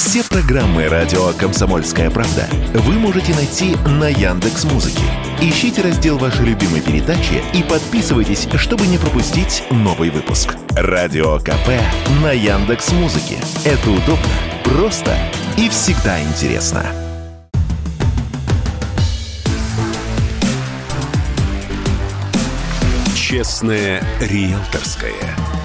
Все программы радио «Комсомольская правда» вы можете найти на Яндекс.Музыке. Ищите раздел вашей любимой передачи и подписывайтесь, чтобы не пропустить новый выпуск. Радио КП на Яндекс.Музыке. Это удобно, просто и всегда интересно. Честное риэлторское.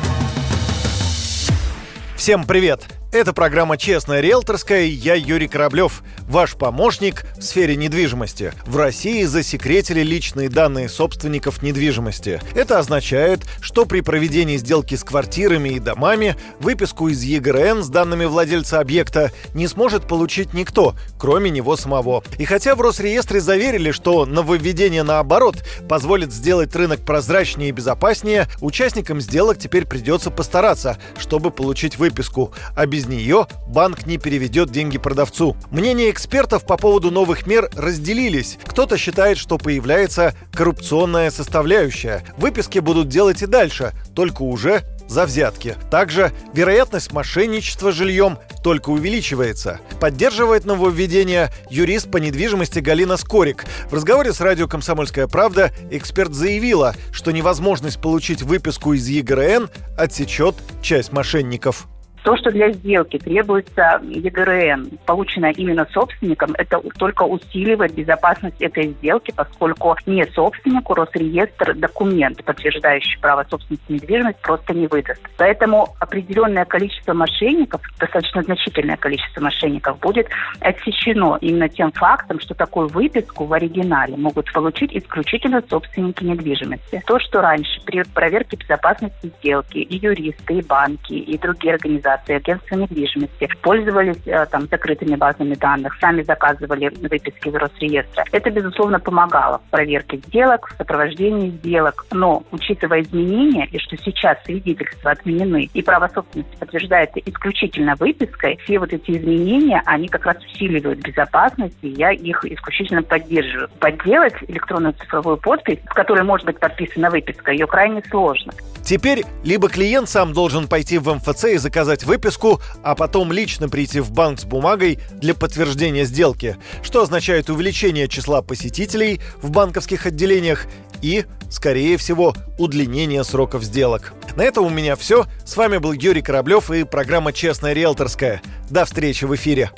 Всем привет! Это программа «Честная риэлторская», и я Юрий Кораблев, ваш помощник в сфере недвижимости. В России засекретили личные данные собственников недвижимости. Это означает, что при проведении сделки с квартирами и домами выписку из ЕГРН с данными владельца объекта не сможет получить никто, кроме него самого. И хотя в Росреестре заверили, что нововведение наоборот позволит сделать рынок прозрачнее и безопаснее, участникам сделок теперь придется постараться, чтобы получить выписку, а без нее банк не переведет деньги продавцу. Мнения экспертов по поводу новых мер разделились. Кто-то считает, что появляется коррупционная составляющая. Выписки будут делать и дальше, только уже за взятки. Также вероятность мошенничества жильем только увеличивается. Поддерживает нововведение юрист по недвижимости Галина Скорик. В разговоре с радио «Комсомольская правда» эксперт заявила, что невозможность получить выписку из ЕГРН отсечет часть мошенников. То, что для сделки требуется ЕГРН, полученная именно собственником, это только усиливает безопасность этой сделки, поскольку не собственнику Росреестр документ, подтверждающий право собственности на недвижимость, просто не выдаст. Поэтому определенное количество мошенников, достаточно значительное количество мошенников, будет отсечено именно тем фактом, что такую выписку в оригинале могут получить исключительно собственники недвижимости. То, что раньше при проверке безопасности сделки и юристы, и банки, и другие организации, агентства недвижимости пользовались закрытыми базами данных, сами заказывали выписки из Росреестра. Это, безусловно, помогало в проверке сделок, в сопровождении сделок. Но, учитывая изменения, и что сейчас свидетельства отменены, и право собственности подтверждается исключительно выпиской, все вот эти изменения, они как раз усиливают безопасность, и я их исключительно поддерживаю. Подделать электронную цифровую подпись, в которой может быть подписана выписка, ее крайне сложно. Теперь либо клиент сам должен пойти в МФЦ и заказать выписку, а потом лично прийти в банк с бумагой для подтверждения сделки, что означает увеличение числа посетителей в банковских отделениях и, скорее всего, удлинение сроков сделок. На этом у меня все. С вами был Юрий Кораблев и программа «Честная риэлторская». До встречи в эфире.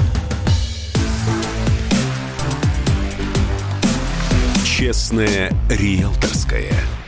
Честное риэлторское.